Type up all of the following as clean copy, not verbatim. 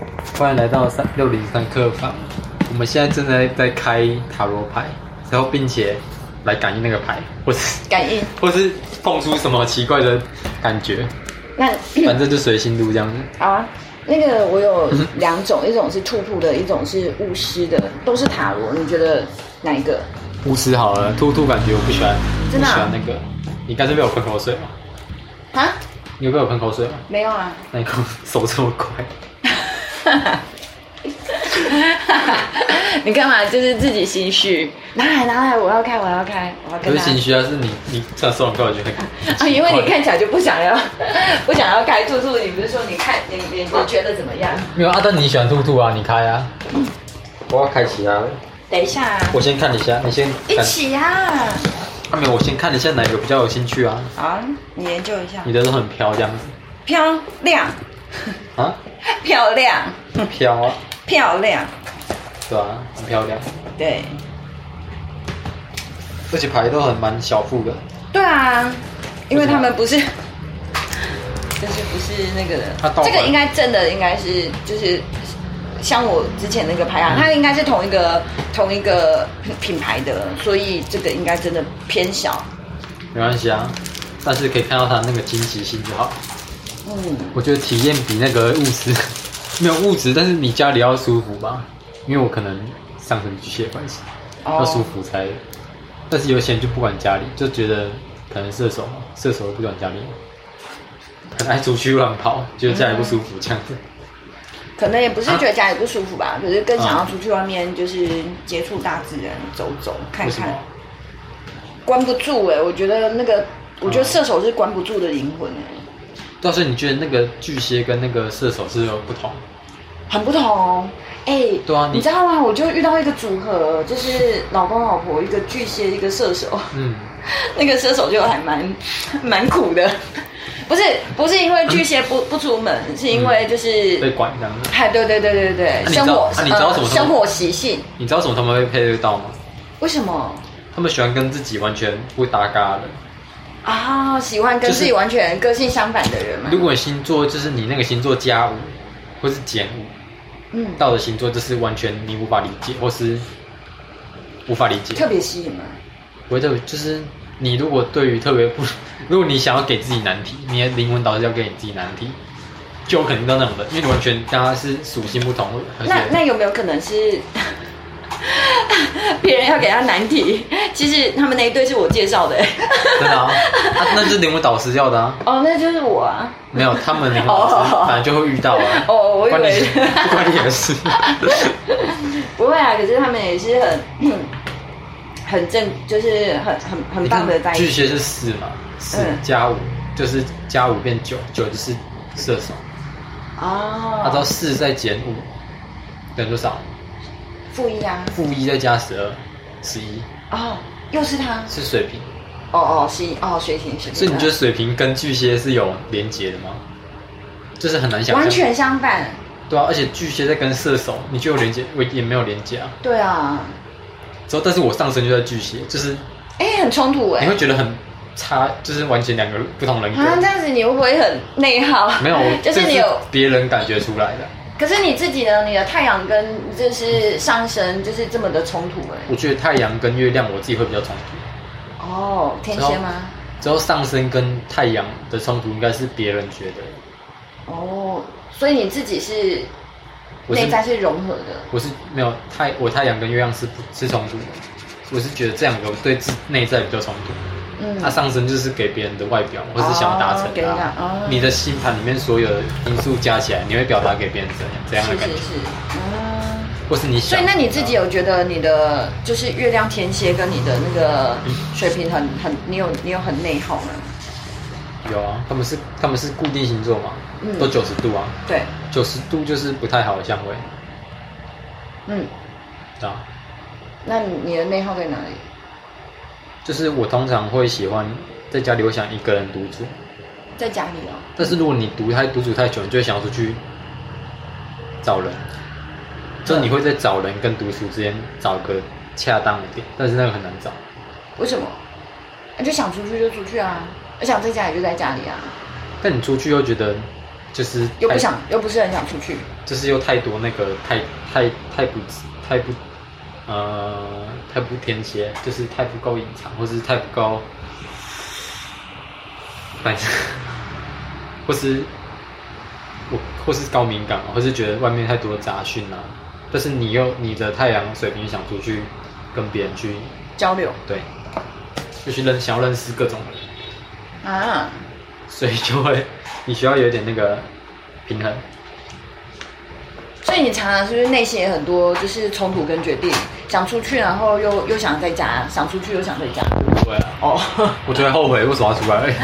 欢迎来到603客房。我们现在正在开塔罗牌，然后并且来感应那个牌，或是感应， 或是碰出什么奇怪的感觉。 那反正就随心录这样子。 好啊，那个我有2种，一种是兔兔的，一种是巫师的，都是塔罗。你觉得哪一个？ 巫师好了，兔兔感觉我不喜欢， 真的啊不喜欢那个。你刚才被我喷口水吗？ 啊？ 你有被我喷口水吗？ 没有啊。 那你手这么快？ 你干嘛？就是自己心虚？拿来，我要开。 不是心虚啊，是你这样手很快，我就很啊，因为你看起来就不想要开兔兔。你不是说你看你觉得怎么样？ 没有啊，但你喜欢兔兔啊，你开啊。我要开其他的。 等一下啊。 我先看一下，你先一起啊。 没有，我先看一下哪个比较有兴趣啊。 好，你研究一下。 你的都很飘这样子。 漂亮。 啊？ 漂亮。 飘啊。 漂亮。 对啊，很漂亮。 对。 而且牌都蛮小副的。 对啊，因为他们不是，就是不是那个的。这个应该正的应该是就是像我之前那个牌啊，它应该是同一个品牌的，所以这个应该真的偏小。 没关系啊，但是可以看到它那个惊奇性就好。我觉得体验比那个物质没有物质，但是你家里要舒服吧，因为我可能上升巨蟹关系，要舒服才。但是有些人就不管家里，就觉得可能射手不管家里，很爱出去乱跑，觉得家里不舒服这样子。 可能也不是觉得家里不舒服吧，可是更想要出去外面，就是接触大自然，走走看看。关不住我觉得射手是关不住的灵魂到时候你觉得那个巨蟹跟那个射手是有不同？ 很不同。对啊，你知道吗？我就遇到一个组合，就是老公老婆，一个巨蟹，一个射手。那个射手就还蛮苦的，不是因为巨蟹不出门，是因为就是被管这样子。 对，生活习性。 你知道什么他们会配对到吗？ 为什么？ 他们喜欢跟自己完全不搭嘎的。 啊，喜欢跟自己完全个性相反的人吗？ 如果星座就是你那个星座+5或是减5，到的星座就是完全你无法理解或是无法理解， 特别吸引吗？ 不会特别，就是你如果对于特别不，如果你想要给自己难题，你的灵魂导师要给你自己难题，就有可能到那种的，因为你完全跟他是属性不同。 那有没有可能是？别人要给他难题，其实他们那一对是我介绍的。 真的啊？那就是灵魂导师要的啊。 那就是我啊。没有，他们灵魂导师反正就会遇到啊。 我以为不关你的事。 不会啊，可是他们也是很正，就是很棒的在一起。 巨蟹是4嘛，4+5就是+5变9，9就是射手。他知道4再减5等于多少？ -1啊。 -1再加12，11。 又是他。 是水瓶。 水瓶。 所以你觉得水瓶跟巨蟹是有连结的吗？就是很难想象。 完全相反。 对啊，而且巨蟹在跟射手，你就有连结，我也没有连结啊。 对啊。 但是我上升就在巨蟹，就是很冲突你会觉得很差，就是完全2个不同人格。 这样子你会不会很内耗？ 没有， 就是你有别人感觉出来的。 可是你自己呢？你的太阳跟就是上升就是这么的冲突我觉得太阳跟月亮我自己会比较冲突。 天蝎吗？ 之后上升跟太阳的冲突应该是别人觉得。 所以你自己是内在是融合的。 我是没有我太阳跟月亮是冲突的。我是觉得这2个对内在比较冲突。它上升就是给别人的外表，或是想要达成的。你的星盘里面所有的因素加起来，你会表达给别人怎样的感觉？或是你想。所以， 那你自己有觉得你的就是月亮天蝎跟你的那个水瓶你有很内耗吗？ 有啊，他们是固定星座嘛，都90度啊。 对 ，90度就是不太好的相位。 那你的内耗在哪里？ 就是我通常会喜欢在家里，我想一个人独处。 在家里但是如果你独处太久，你就会想要出去找人。就是你会在找人跟独处之间找个恰当的点，但是那个很难找。 为什么？就想出去就出去啊，想在家里就在家里啊。 但你出去又觉得就是又不是很想出去， 就是又太多那个太不天蝎，就是太不够隐藏，或是太不够，反正或是高敏感，或是觉得外面太多的杂讯啊。但是你的太阳水瓶想出去跟别人去交流， 对，就去想要认识各种人啊，所以你需要有一点那个平衡。 所以你常常是不是内心也很多就是冲突跟决定，想出去然后又想在家，想出去又想在家？ 不会啊，我就会后悔为什么要出来。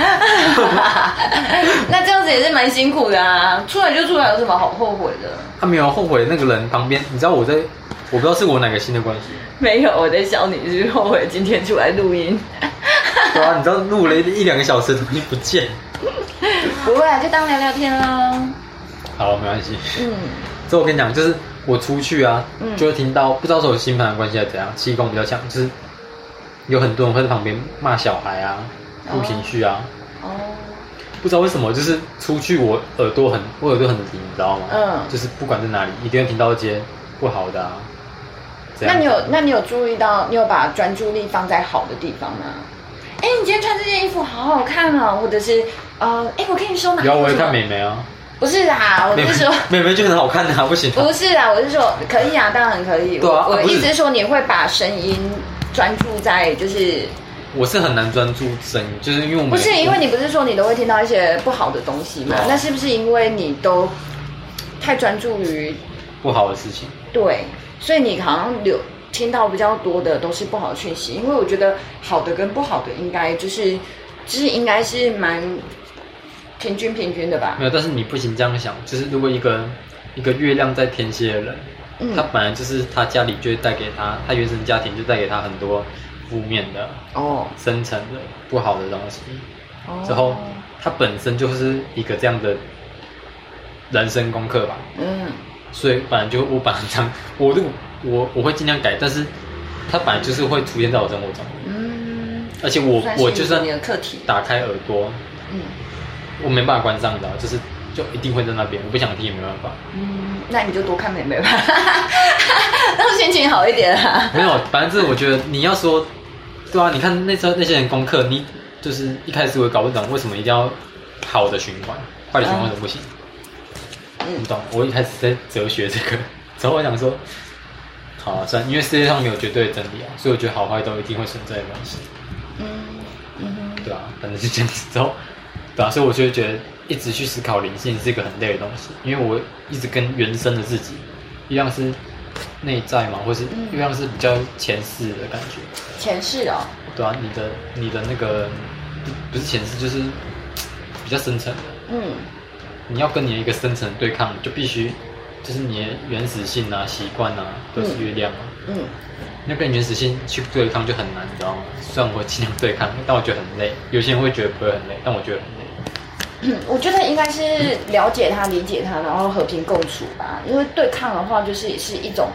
那这样子也是蛮辛苦的啊，出来就出来，有什么好后悔的？ 他没有后悔，那个人旁边，你知道我不知道是我哪个新的关系。 没有，我在笑你是不是后悔今天出来录音。 对啊，你知道录了1-2个小时的东西不见。 不会啊，就当聊聊天啦。 好，没关系。所以我跟你讲，就是我出去啊，就会听到不知道是我星盘的关系还是怎样，气功比较强，就是有很多人会在旁边骂小孩啊，顾情绪啊。不知道为什么，就是出去我耳朵很灵，你知道吗？就是不管在哪里，一定会听到一些不好的啊。 那你有注意到，你有把专注力放在好的地方吗？哎，你今天穿这件衣服好好看哦，或者是我跟你说哪？ 有，我会看美眉啊。 不是啦，我是说妹妹就很好看啊，不行。 不是啦，我是说可以啊，当然可以。 对啊， 我的意思是说你会把声音专注在就是。 我是很难专注声音，就是因为不是因为你不是说你都会听到一些不好的东西吗？那是不是因为你都太专注于不好的事情？ 对，所以你好像听到比较多的都是不好的讯息。因为我觉得好的跟不好的应该就是应该是蛮平均的吧？ 没有，但是你不行这样想，就是如果一个月亮在天蝎的人，他本来就是他家里就会带给他原生家庭就带给他很多负面的深层的不好的东西，之后他本身就是一个这样的人生功课吧，所以本来我本来这样，我会尽量改，但是他本来就是会出现在我生活中，而且我就算打开耳朵，我没办法关上的，就一定会在那边，我不想听也没办法。 那你就多看妹妹吧，让心情好一点啊。 没有，反正我觉得你要说，对啊，你看那些人功课，你就是一开始我搞不懂为什么一定要好的循环，坏的循环为什么不行？不懂。我一开始在哲学这个，之后我想说，好啊，算，因为世界上没有绝对的真理啊，所以我觉得好坏都一定会存在的关系。对啊，反正是这样子之后。对啊，所以我就会觉得一直去思考灵性是一个很累的东西，因为我一直跟原生的自己一样是内在嘛，或是一样是比较前世的感觉。 前世哦。 对啊，你的那个不是前世，就是比较深层的。你要跟你的一个深层的对抗，就必须就是你的原始性啊、习惯啊都是月亮嘛。那跟原始性去对抗就很难，你知道吗？虽然我尽量对抗，但我觉得很累。有些人会觉得不会很累，但我觉得很累。 我觉得应该是了解他、理解他，然后和平共处吧。因为对抗的话，就是一种，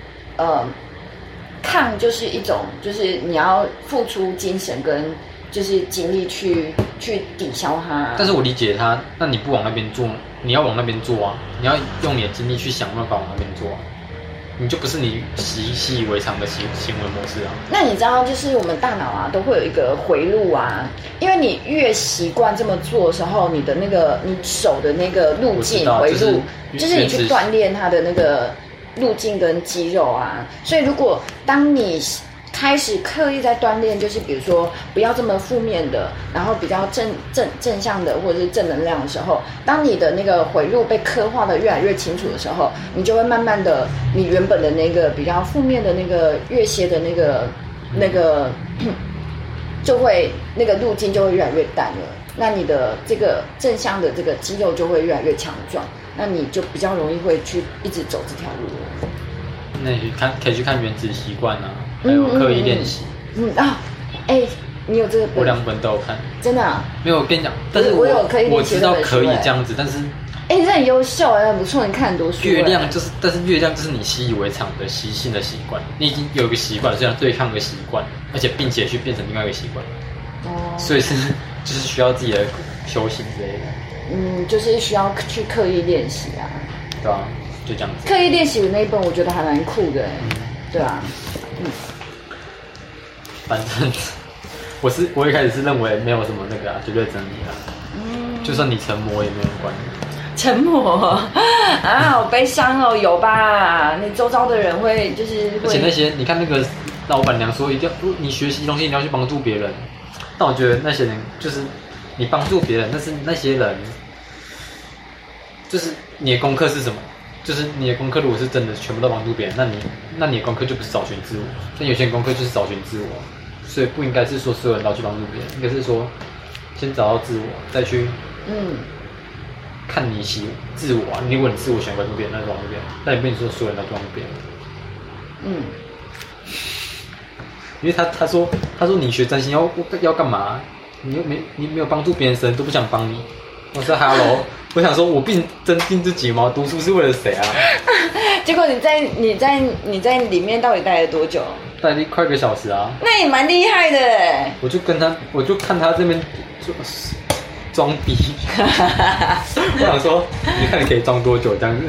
抗就是一种，就是你要付出精神跟就是精力去抵消它。 但是我理解他，那你不往那边做，你要往那边做啊！你要用你的精力去想办法往那边做啊！你就不是你习以为常的行为模式啊。 那你知道，就是我们大脑啊，都会有一个回路啊，因为你越习惯这么做的时候，你的那个你手的那个路径回路，就是你去锻炼它的那个路径跟肌肉啊。所以如果当你开始刻意在锻炼，就是比如说不要这么负面的，然后比较正向的或者是正能量的时候，当你的那个回路被刻画的越来越清楚的时候，你就会慢慢的，你原本的那个比较负面的那个月蝎的那个就会那个路径就会越来越淡了。那你的这个正向的这个肌肉就会越来越强壮，那你就比较容易会去一直走这条路了。 那你可以去看原子习惯啊。还有刻意练习。 你有这个本？ 我2本都有看。 真的啊？ 没有，我跟你讲，但是我有刻意练习我知道可以这样子，但是你很优秀，很不错，你看很多书。 月亮就是，但是月亮就是你习以为常的习性的习惯，你已经有一个习惯，这样对抗的习惯，而且并且去变成另外一个习惯。所以就是需要自己的修行之类的。 就是需要去刻意练习啊。 对啊，就这样子。 刻意练习的那一本，我觉得还蛮酷的，对啊， 反正我一开始是认为没有什么那个绝对真理啊，就算你成魔也没有关系。 沉默啊，好悲伤哦，有吧？你周遭的人会就是， 而且那些你看那个老板娘说一定要你学习东西一定要去帮助别人，但我觉得那些人就是你帮助别人，但是那些人就是你的功课是什么？就是你的功课如果是真的全部都帮助别人，那你的功课就不是找寻自我，但有些人功课就是找寻自我，所以不应该是说所有人都要去帮助别人，应该是说先找到自我，再去看你喜自我啊，如果你自我喜欢关注别人，那就关注别人。但也不能说所有人都关注别人。因为他说你学占星要干嘛？你没有帮助别人，神都不想帮你。我说 Hello， 我想说我并增进自己吗？读书是为了谁啊？ 结果你在里面到底待了多久？ 待了快1个小时啊。 那也蛮厉害的。 我就看他这边装逼，我想说，你看你可以装多久这样子？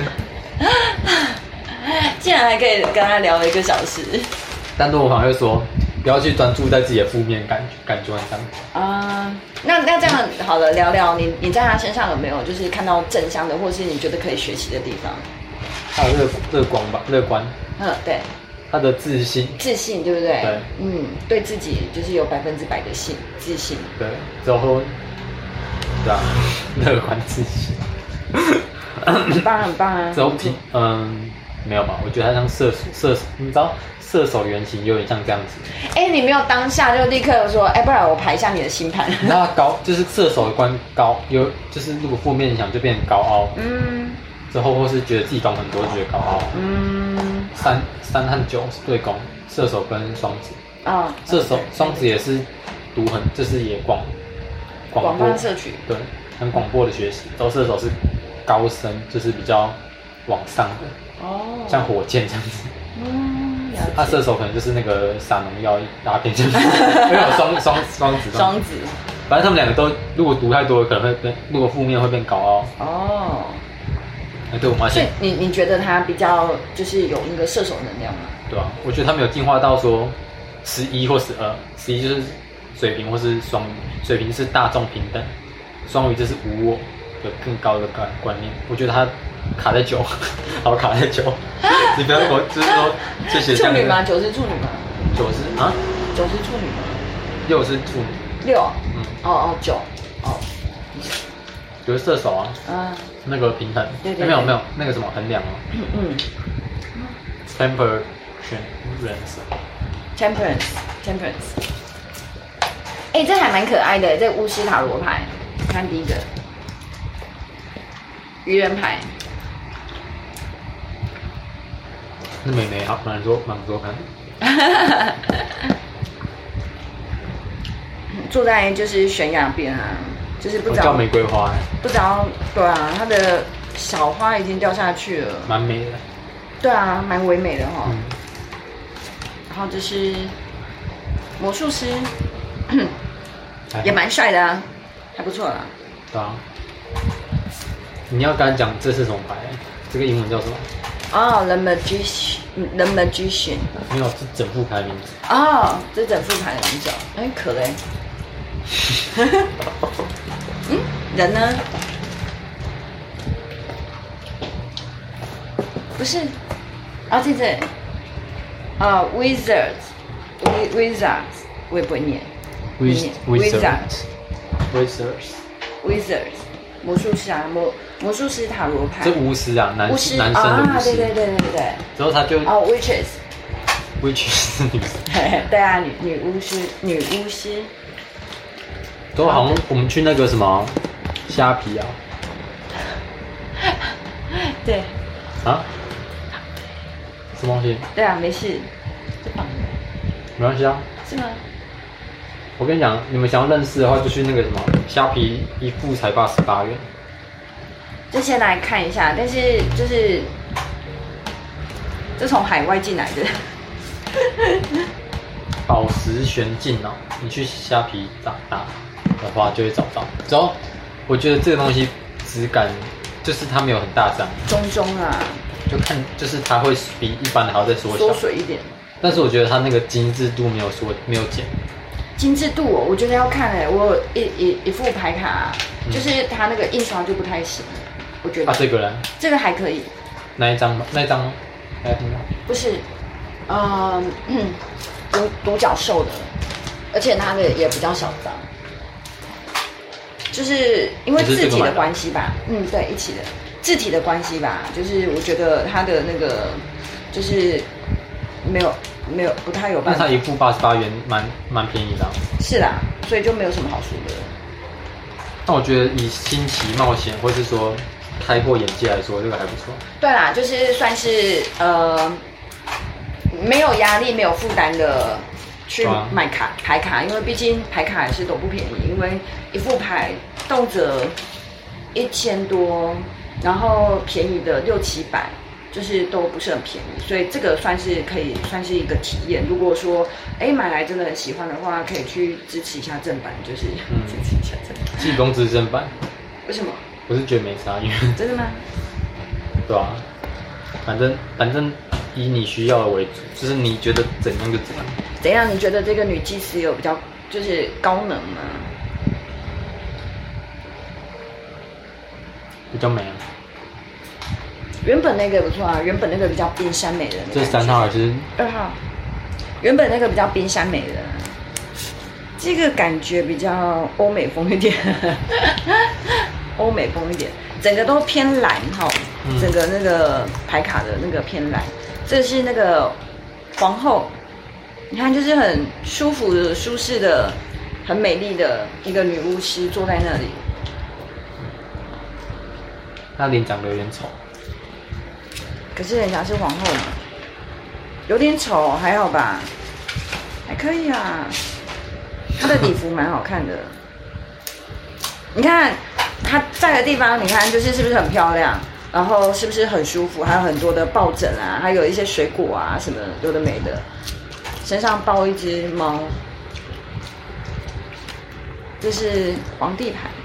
竟然还可以跟他聊了1个小时。 但是我好像会说，不要去专注在自己的负面感觉上。 那这样好了，聊聊你在他身上有没有就是看到正向的，或是你觉得可以学习的地方？ 他有乐观。 对。 他的自信， 对不对？ 对。 对自己就是有100%的自信。对， 之后。对啊，乐观自信， 很棒啊！ 之后没有吧？我觉得他像射手，你知道射手原型有点像这样子。 你没有当下就立刻说，不然我排一下你的星盘。 那高就是射手的官高，就是如果负面影响就变高傲。之后或是觉得自己懂很多，就觉得高傲。3和9是对宫，射手跟双子。射手双子也是读很，就是也广泛摄取， 对，很广播的学习。然后射手是高深，就是比较往上的，像火箭这样子。射手可能就是那个撒农药鸦片这样子，没有双子。反正他们2个都，如果读太多，可能会变，如果负面会变高傲。对，我发现。 所以你觉得他比较就是有那个射手能量吗？ 对啊，我觉得他们有进化到说11或12，11就是。水瓶或是双鱼，水瓶是大众平等，双鱼就是无我，有更高的观念。我觉得他卡在9，好卡在9。你不要说，就是说这些处女吗？9是处女吗 ？9是啊 ？9是处女吗 ？6是处女。 6。9。 9是射手啊。那个平衡。对，没有那个什么衡量哦。Temperance。 这还蛮可爱的，这巫师塔罗牌，看第一个愚人牌。 那妹妹好，蛮多看。 住在就是悬崖边啊，就是不知道叫玫瑰花， 不知道对啊，它的小花已经掉下去了， 蛮美的。 对啊，蛮唯美的哈。然后这是魔术师。也蛮帅的啊，还不错啦。 对啊，你要跟他讲这是什么牌？这个英文叫什么 ？The Magician。 没有，是整副牌的名字。 这是整副牌的名字。可嘞。人呢？不是。这这。Wizards，我也不会念。Wizards，魔术师啊，魔术师塔罗牌。 这巫师啊，男生的巫师。 对。 之后他就 witches 是女生。 对啊，女巫师。 之后好像我们去那个什么虾皮啊。 对。 什么东西？ 对啊，没事。 没关系啊。 是吗？ 我跟你讲，你们想要认识的话，就去那个什么虾皮，一副才88元。 就先来看一下，但是就是这从海外进来的。 宝石玄镜你去虾皮打的话就会找到。之后我觉得这个东西质感就是它没有很大张， 中啊， 就看就是它会比一般的还要再缩水一点。 但是我觉得它那个精致度没有减。 精致度哦，我觉得要看我有一副牌卡，就是它那个印刷就不太行，我觉得。 这个呢？ 这个还可以。 哪一张？ 不是，独角兽的，而且它的也比较小张，就是因为字体的关系吧，对，一起的字体的关系吧，就是我觉得它的那个就是没有不太有办法。 那它一副88元，蛮便宜的。 是啦，所以就没有什么好说的。 那我觉得以新奇冒险，或是说开阔眼界来说，这个还不错。 对啦，就是算是没有压力、没有负担的去买牌卡，因为毕竟牌卡也是都不便宜，因为一副牌动辄1000多，然后便宜的600-700，就是都不是很便宜，所以这个算是可以算是一个体验。如果说买来真的很喜欢的话，可以去支持一下正版，就是支持一下正版。 济公支正版？为什么？ 我是觉得没差，因为真的吗？ 对啊，反正以你需要的为主，就是你觉得怎样就怎样。 怎样？你觉得这个女祭司有比较就是高能吗？ 比较美啊。 原本那个不错啊，原本那个比较冰山美人。 这是3号还是 2号？原本那个比较冰山美人，这个感觉比较欧美风一点，欧美风一点，整个都偏蓝哈，整个那个牌卡的那个偏蓝。这是那个皇后，你看就是很舒服的、舒适的、很美丽的一个女巫师坐在那里。 她脸长得有点丑。 可是人家是皇后嘛，有点丑，还好吧，还可以啊。她的礼服蛮好看的，你看她在的地方，你看就是是不是很漂亮，然后是不是很舒服，还有很多的抱枕啊，还有一些水果啊什么有的没的，身上抱一只猫，这是皇帝牌。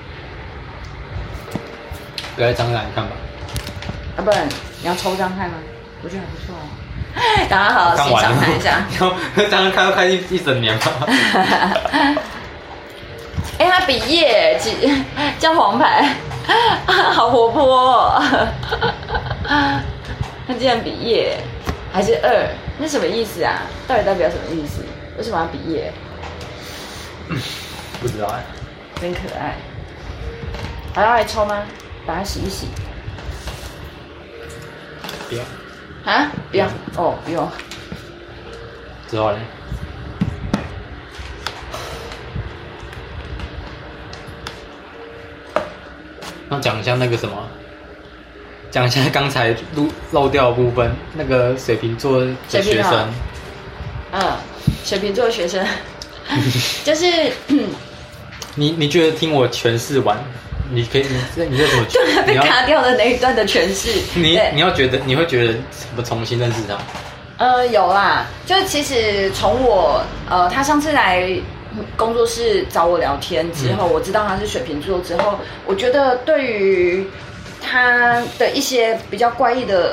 来张来看吧。 不然你要抽张看吗？我觉得还不错哦。大家好好欣赏看一下。 刚刚看要看一整年吧。 他比耶叫黄牌，好活泼哦。他竟然比耶，还是2，那什么意思啊？到底代表什么意思？为什么要比耶？ 不知道哎。 真可爱。还要来抽吗？把它洗一洗。 不要啊！不要哦，不用。 之后呢？要讲一下那个什么，讲一下刚才漏掉的部分，那个水瓶座的学生。 水瓶座的学生，就是你觉得听我诠释完？你可以，你要怎么？ 就被卡掉的那一段的诠释。 你会觉得怎么重新认识他？ 有啦，就其实从我他上次来工作室找我聊天之后，我知道他是水瓶座之后，我觉得对于他的一些比较怪异的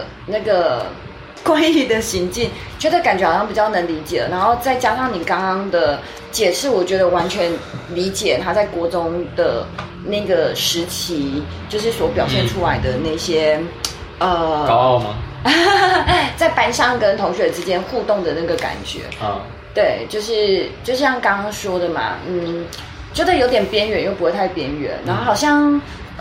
行径，觉得感觉好像比较能理解了，然后再加上你刚刚的解释，我觉得完全理解他在国中的那个时期，就是所表现出来的那些高傲吗？ 在班上跟同学之间互动的那个感觉对，就像刚刚说的嘛，觉得有点边缘又不会太边缘，然后好像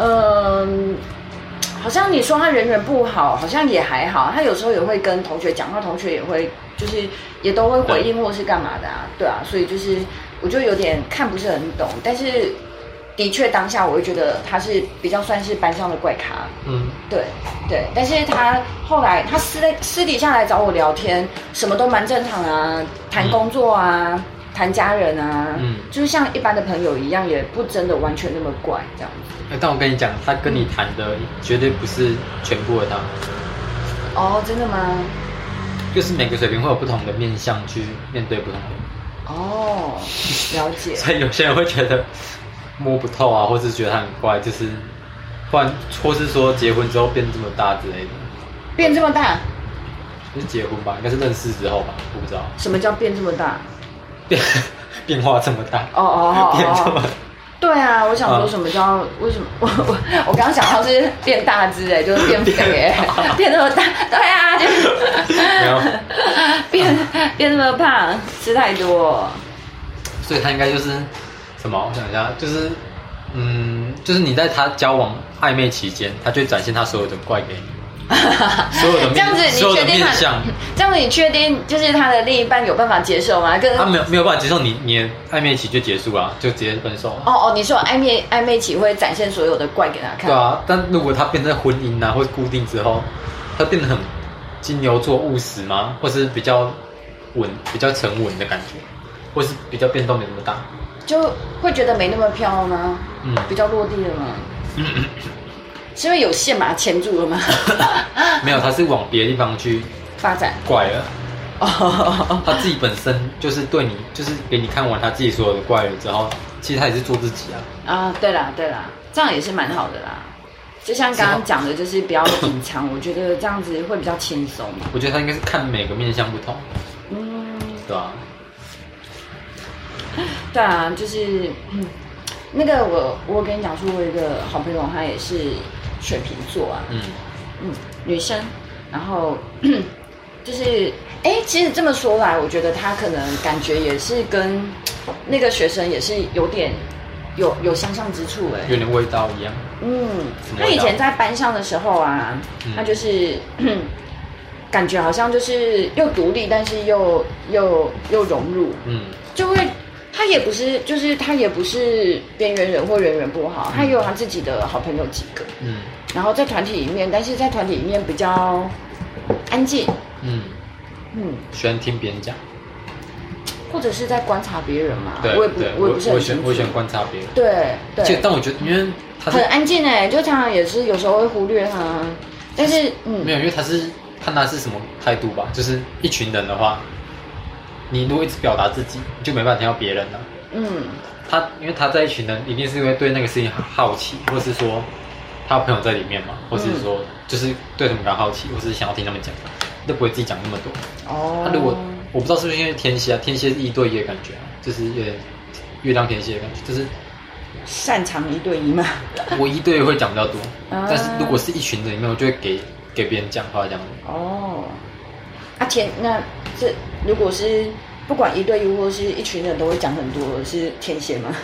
好像你说他人缘不好，好像也还好，他有时候也会跟同学讲话，同学也会就是也都会回应或是干嘛的啊，对啊，所以就是我就有点看不是很懂，但是的确当下我会觉得他是比较算是班上的怪咖，对，但是他后来他私底下来找我聊天，什么都蛮正常啊，谈工作啊，谈家人啊，就是像一般的朋友一样，也不真的完全那么怪这样子。 但我跟你讲，他跟你谈的绝对不是全部的他。 哦，真的吗？ 就是每个水平会有不同的面向去面对不同的人。 哦，了解。 所以有些人会觉得摸不透啊，或是觉得他很怪，就是不知不然或是说结婚之后变这么大之类的。 变这么大？ 不是结婚吧？应该是认识之后吧？我不知道。 什么叫变这么大？ 变化这么大？变这么。 对啊，我想说什么叫为什么我刚刚想到是变大只就是变肥变那么大，对啊，就变那么胖，吃太多。 所以他应该就是什么？我想一下，就是就是你在他交往暧昧期间，他就会展现他所有的怪给你。所有的这样子你确定这样子你确定就是他的另一半有办法接受吗？ 他没有办法接受你的暧昧期就结束了，就直接分手了。 你说暧昧期会展现所有的怪给他看。 对啊，但如果他变成婚姻或者固定之后，他变得很金牛座务实吗？或是比较沉稳的感觉，或是比较变动没那么大， 就会觉得没那么飘吗？比较落地了吗？是因为有线把它牵住了吗？ 没有，他是往别的地方去发展， 怪了。他自己本身就是对你，就是给你看完他自己所有的怪了之后，其实他也是做自己啊。 对啦，这样也是蛮好的啦。就像刚刚讲的，就是不要隐藏，我觉得这样子会比较轻松。 我觉得他应该是看每个面向不同。对啊。 对啊，就是那个我跟你讲说，我有一个好朋友，他也是水瓶座啊，女生，然后就是其实这么说来，我觉得他可能感觉也是跟那个学生也是有点有相像之处有点味道一样。 他以前在班上的时候啊，他就是感觉好像就是又独立，但是又融入，就会。他也不是边缘人或人缘不好，他也有他自己的好朋友几个，然后在团体里面，但是在团体里面比较安静， 喜欢听别人讲， 或者是在观察别人嘛， 对， 我也不是很清楚， 我喜欢观察别人， 对， 但我觉得因为他很安静就常常也是有时候会忽略他，但是没有，因为他是看他是什么态度吧，就是一群人的话。你如果一直表达自己，你就没办法听到别人了。因为他在一群人，一定是因为对那个事情好奇，或是说他有朋友在里面嘛，或是说就是对他们感到好奇，或是想要听他们讲，都不会自己讲那么多。他如果我不知道是不是因为天蝎是1对1的感觉就是有点月亮天蝎的感觉，就是擅长1对1嘛。 我1对1会讲比较多，但是如果是一群人里面，我就会给别人讲话这样子。 那这如果是不管1对1或是一群人都会讲很多，是天蝎吗？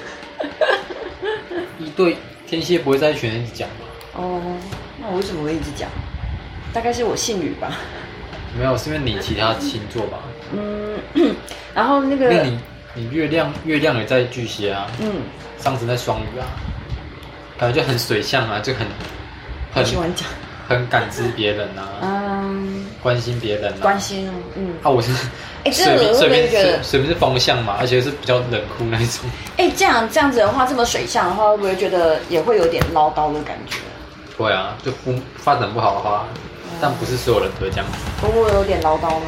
天蝎不会在一群人一直讲吧？ 那我为什么会一直讲？大概是我姓吕吧。 没有，是因为你其他星座吧？ 然后那个， 因为你月亮也在巨蟹啊，上升在双鱼啊，感觉就很水象啊，就很喜欢讲。 很感知别人关心别人关心我是水瓶是风象嘛，而且是比较冷酷那一种。 这样子的话，这么水象的话，会不会觉得也会有点唠叨的感觉？ 会啊，就发展不好的话，但不是所有人都会这样。 会不会有点唠叨呢？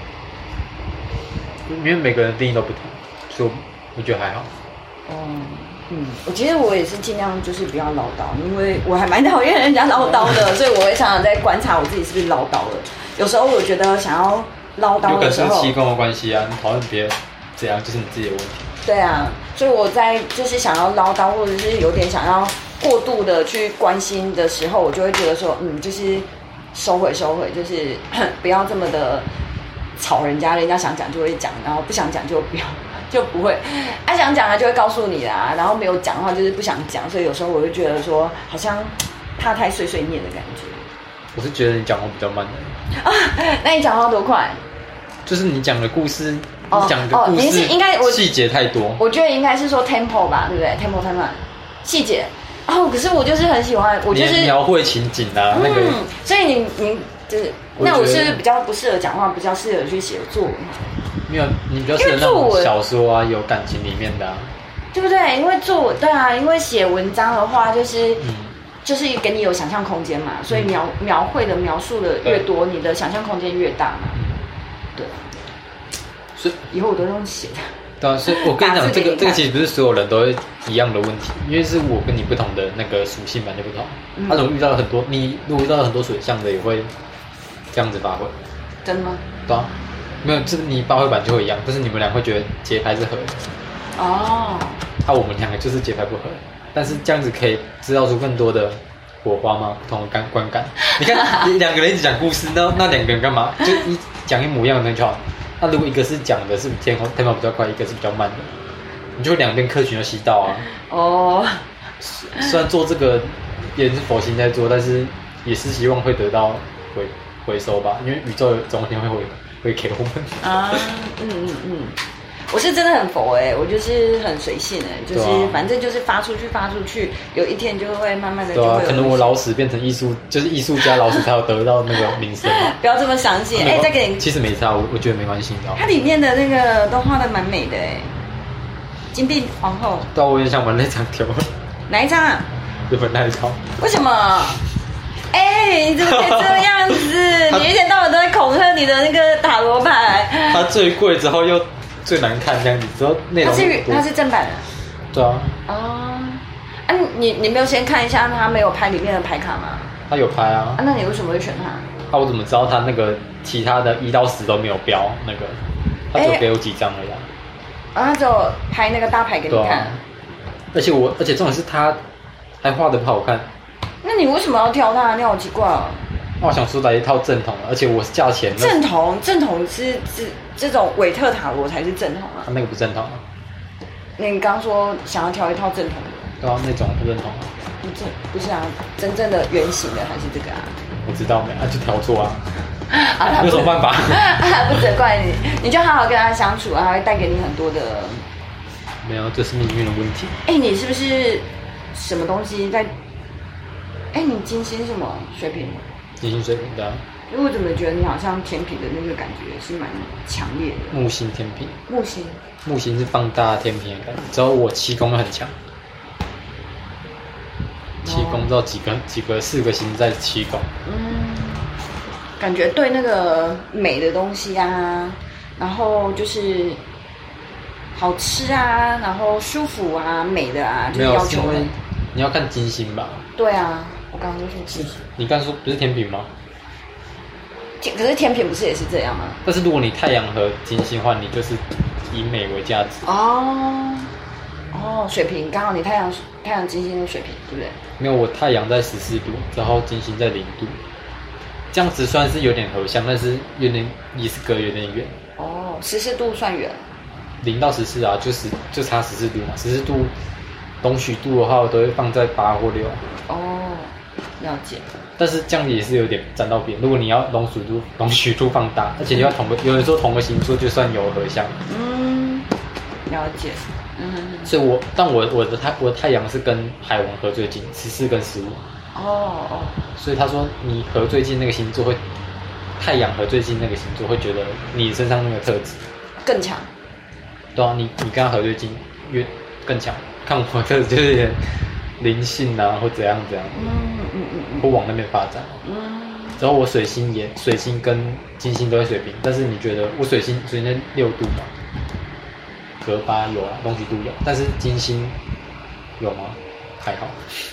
因为每个人定义都不同，所以我觉得还好。 我其实我也是尽量就是不要唠叨，因为我还蛮讨厌人家唠叨的，所以我会常常在观察我自己是不是唠叨了。有时候我觉得想要唠叨的时候， 有跟气功的关系啊，你讨厌别人这样就是你自己的问题。 对啊，所以我在就是想要唠叨或者是有点想要过度的去关心的时候，我就会觉得说，就是收回，就是不要这么的吵人家想讲就会讲，然后不想讲就不要。就不会，想讲他就会告诉你啦，然后没有讲的话就是不想讲，所以有时候我会觉得说，好像怕太碎碎念的感觉。 我是觉得你讲话比较慢的那你讲话多快？ 就是你讲的故事，你讲的故事应该细节太多。 我觉得应该是说 tempo 吧，对不对 ？tempo 太慢，细节。可是我就是很喜欢，我就是描绘情景啊，那个。 所以你就是，那我是比较不适合讲话，比较适合去写作文。 没有，你比较适合那种小说啊，有感情里面的对不对？因为写文章的话，就是给你有想象空间嘛，所以描绘的描述的越多，你的想象空间越大嘛。对。 所以以后我都用写的。 对啊，所以我跟你讲，这个其实不是所有人都会一样的问题，因为是我跟你不同的那个属性本来就不同。他如果遇到了很多，你如果遇到了很多水象的，也会这样子发挥。 真的吗？ 对啊，没有，这你发挥版就会一样，但是你们俩会觉得节拍是合的。 哦。 我们两个就是节拍不合，但是这样子可以制造出更多的火花吗？不同的观感。你看，你两个人一直讲故事，那两个人干嘛？就讲一模一样的东西就好。那如果一个是讲的是天跑比较快，一个是比较慢的，你就两边客群都吸到啊。哦。虽然做这个也是佛心在做，但是也是希望会得到回收吧，因为宇宙总有一天会给我们。啊， 我是真的很佛我就是很随性就是反正就是发出去，有一天就会慢慢的就会有。 可能我老死变成艺术家，老死才有得到那个名声。 不要这么详细再给你。 其实没差，我觉得没关系，你知道吗？ 它里面的那个都画的蛮美的金币皇后。 对啊，我也想玩那张条。 哪一张啊？ 日本那一张。 为什么？你怎么可以这样子？你一天到晚都在恐吓你的那个塔罗牌。 它最贵之后又最难看这样子，之后内容它是正版的。 对啊。 你没有先看一下他没有拍里面的牌卡吗？ 他有拍啊。 那你为什么会选他？ 我怎么知道他那个其他的1到10都没有标那个？他只有给我几张而已。 他只有拍那个大牌给你看。 而且重点是他还画得不好看。 那你为什么要挑他？你好奇怪哦。 我想说来一套正统，而且我是价钱。 正统是这种韦特塔罗才是正统啊。 那个不正统啊。 你刚说想要挑一套正统的。 对啊，那种不正统啊。 不是啊，真正的圆形的还是这个啊？ 我知道没就挑错啊。有什么办法？ 不责怪你，你就好好跟他相处他会带给你很多的。 没有，这是命运的问题。 你是不是什么东西在？你金星什么水瓶？ 金星水瓶的。 因为我怎么觉得你好像天平的那个感觉是蛮强烈的。 木星天平。 木星是放大天平的感觉，只有我7宫很强。7宫到几个4个星在7宫。 感觉对那个美的东西啊，然后就是好吃啊，然后舒服啊，美的啊，就是要求的。 你要看金星吧？ 对啊，我刚刚就说金星。 你刚说不是天平吗？ 可是天平不是也是这样吗？ 但是如果你太阳和金星的话，你就是以美为价值。 水瓶刚好你太阳金星的水瓶，对不对？ 没有，我太阳在14度，然后金星在0度，这样子算是有点合相，但是有点也是隔有点远。 14度算远。 0到14啊，就差14度嘛，14度。容许度的话，我都会放在8或6。 了解。 但是这样也是有点沾到边。如果你要容许度放大，而且你要有人说同个星座就算有合相。 了解。 所以我的太阳是跟海王合最近，14跟15。所以他说你合最近那个星座会，太阳合最近那个星座会觉得你身上那个特质更强。 对啊，你跟他合最近越更强。看我特质就是有点灵性啊，或怎样，或往那边发展。然后我水星跟金星都在水瓶，但是你觉得我水星在6度嘛？隔8有啊，容许度有，但是金星有吗？还好。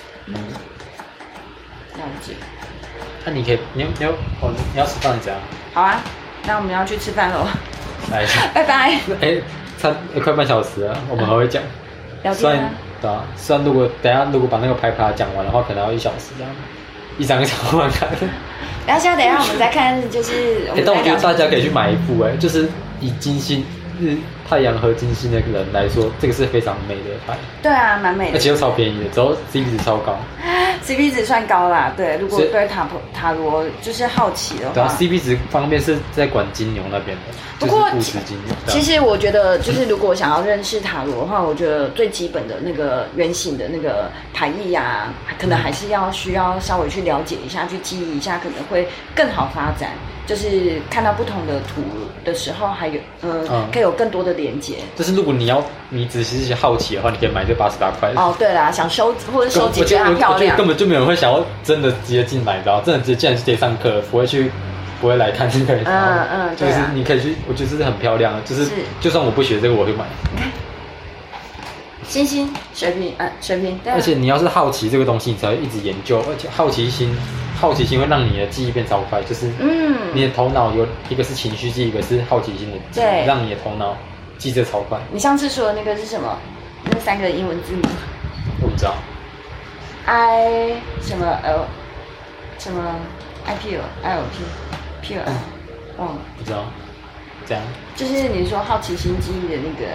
了解。 那你可以，你要吃饭怎样？ 好啊，那我们要去吃饭喽。 来， 拜拜。 快半小时了，我们还会讲。虽然如果等一下把那个牌卡讲完的话，可能要1小时这样，一张慢看。 然后等一下我们再看，就是但我觉得大家可以去买一副就是以金星太阳和金星的人来说，这个是非常美的牌。 对啊，蛮美的， 而且又超便宜的，只要 CP 值超高。 CP 值算高啦，对。如果对塔罗就是好奇的话， 对啊 ，CP 值方面是在管金牛那边的。 不过就是金牛。 其实我觉得，就是如果想要认识塔罗的话，我觉得最基本的那个原型的那个牌意啊，可能还是需要稍微去了解一下，去记忆一下，可能会更好发展。就是看到不同的图的时候，还有可以有更多的连接。 就是如果你只是好奇的话，你可以买这88块。 对啦，想收或者收集觉得它漂亮， 根本就没有人会想要真的直接进来，你知道？真的直接进来去上课，不会去不会来看这个。就是你可以去，我觉得这是很漂亮的，就是就算我不学这个，我会买。 你看，星星、水瓶，水瓶。 而且你要是好奇这个东西，你才会一直研究，而且好奇心会让你的记忆变超快，就是你的头脑有一个是情绪记忆，一个是好奇心的记忆，让你的头脑记得超快。 你上次说的那个是什么？那3个英文字母？ 我不知道。 I 什么 L 什么 IPL ILP PL 忘了。 不知道。这样。 就是你说好奇心记忆的那个。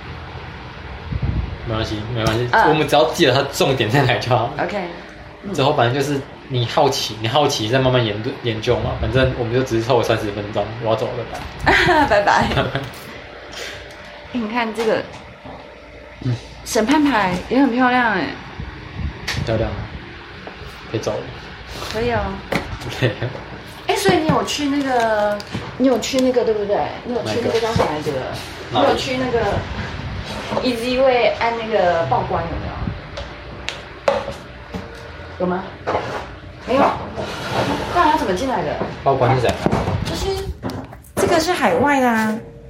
没关系，我们只要记得它重点在哪就好。 OK。 之后反正就是你好奇再慢慢研究嘛，反正我们就只是凑了30分钟，我要走了， 拜拜。你看这个审判牌也很漂亮漂亮，可以走了。 可以哦。 对。 所以你有去那个对不对？你有去那个叫什么来着？你有去那个 Easy Way 按那个报关有没有？有吗？没有。不然他怎么进来的？ 报关是谁？ 就是这个是海外的啊。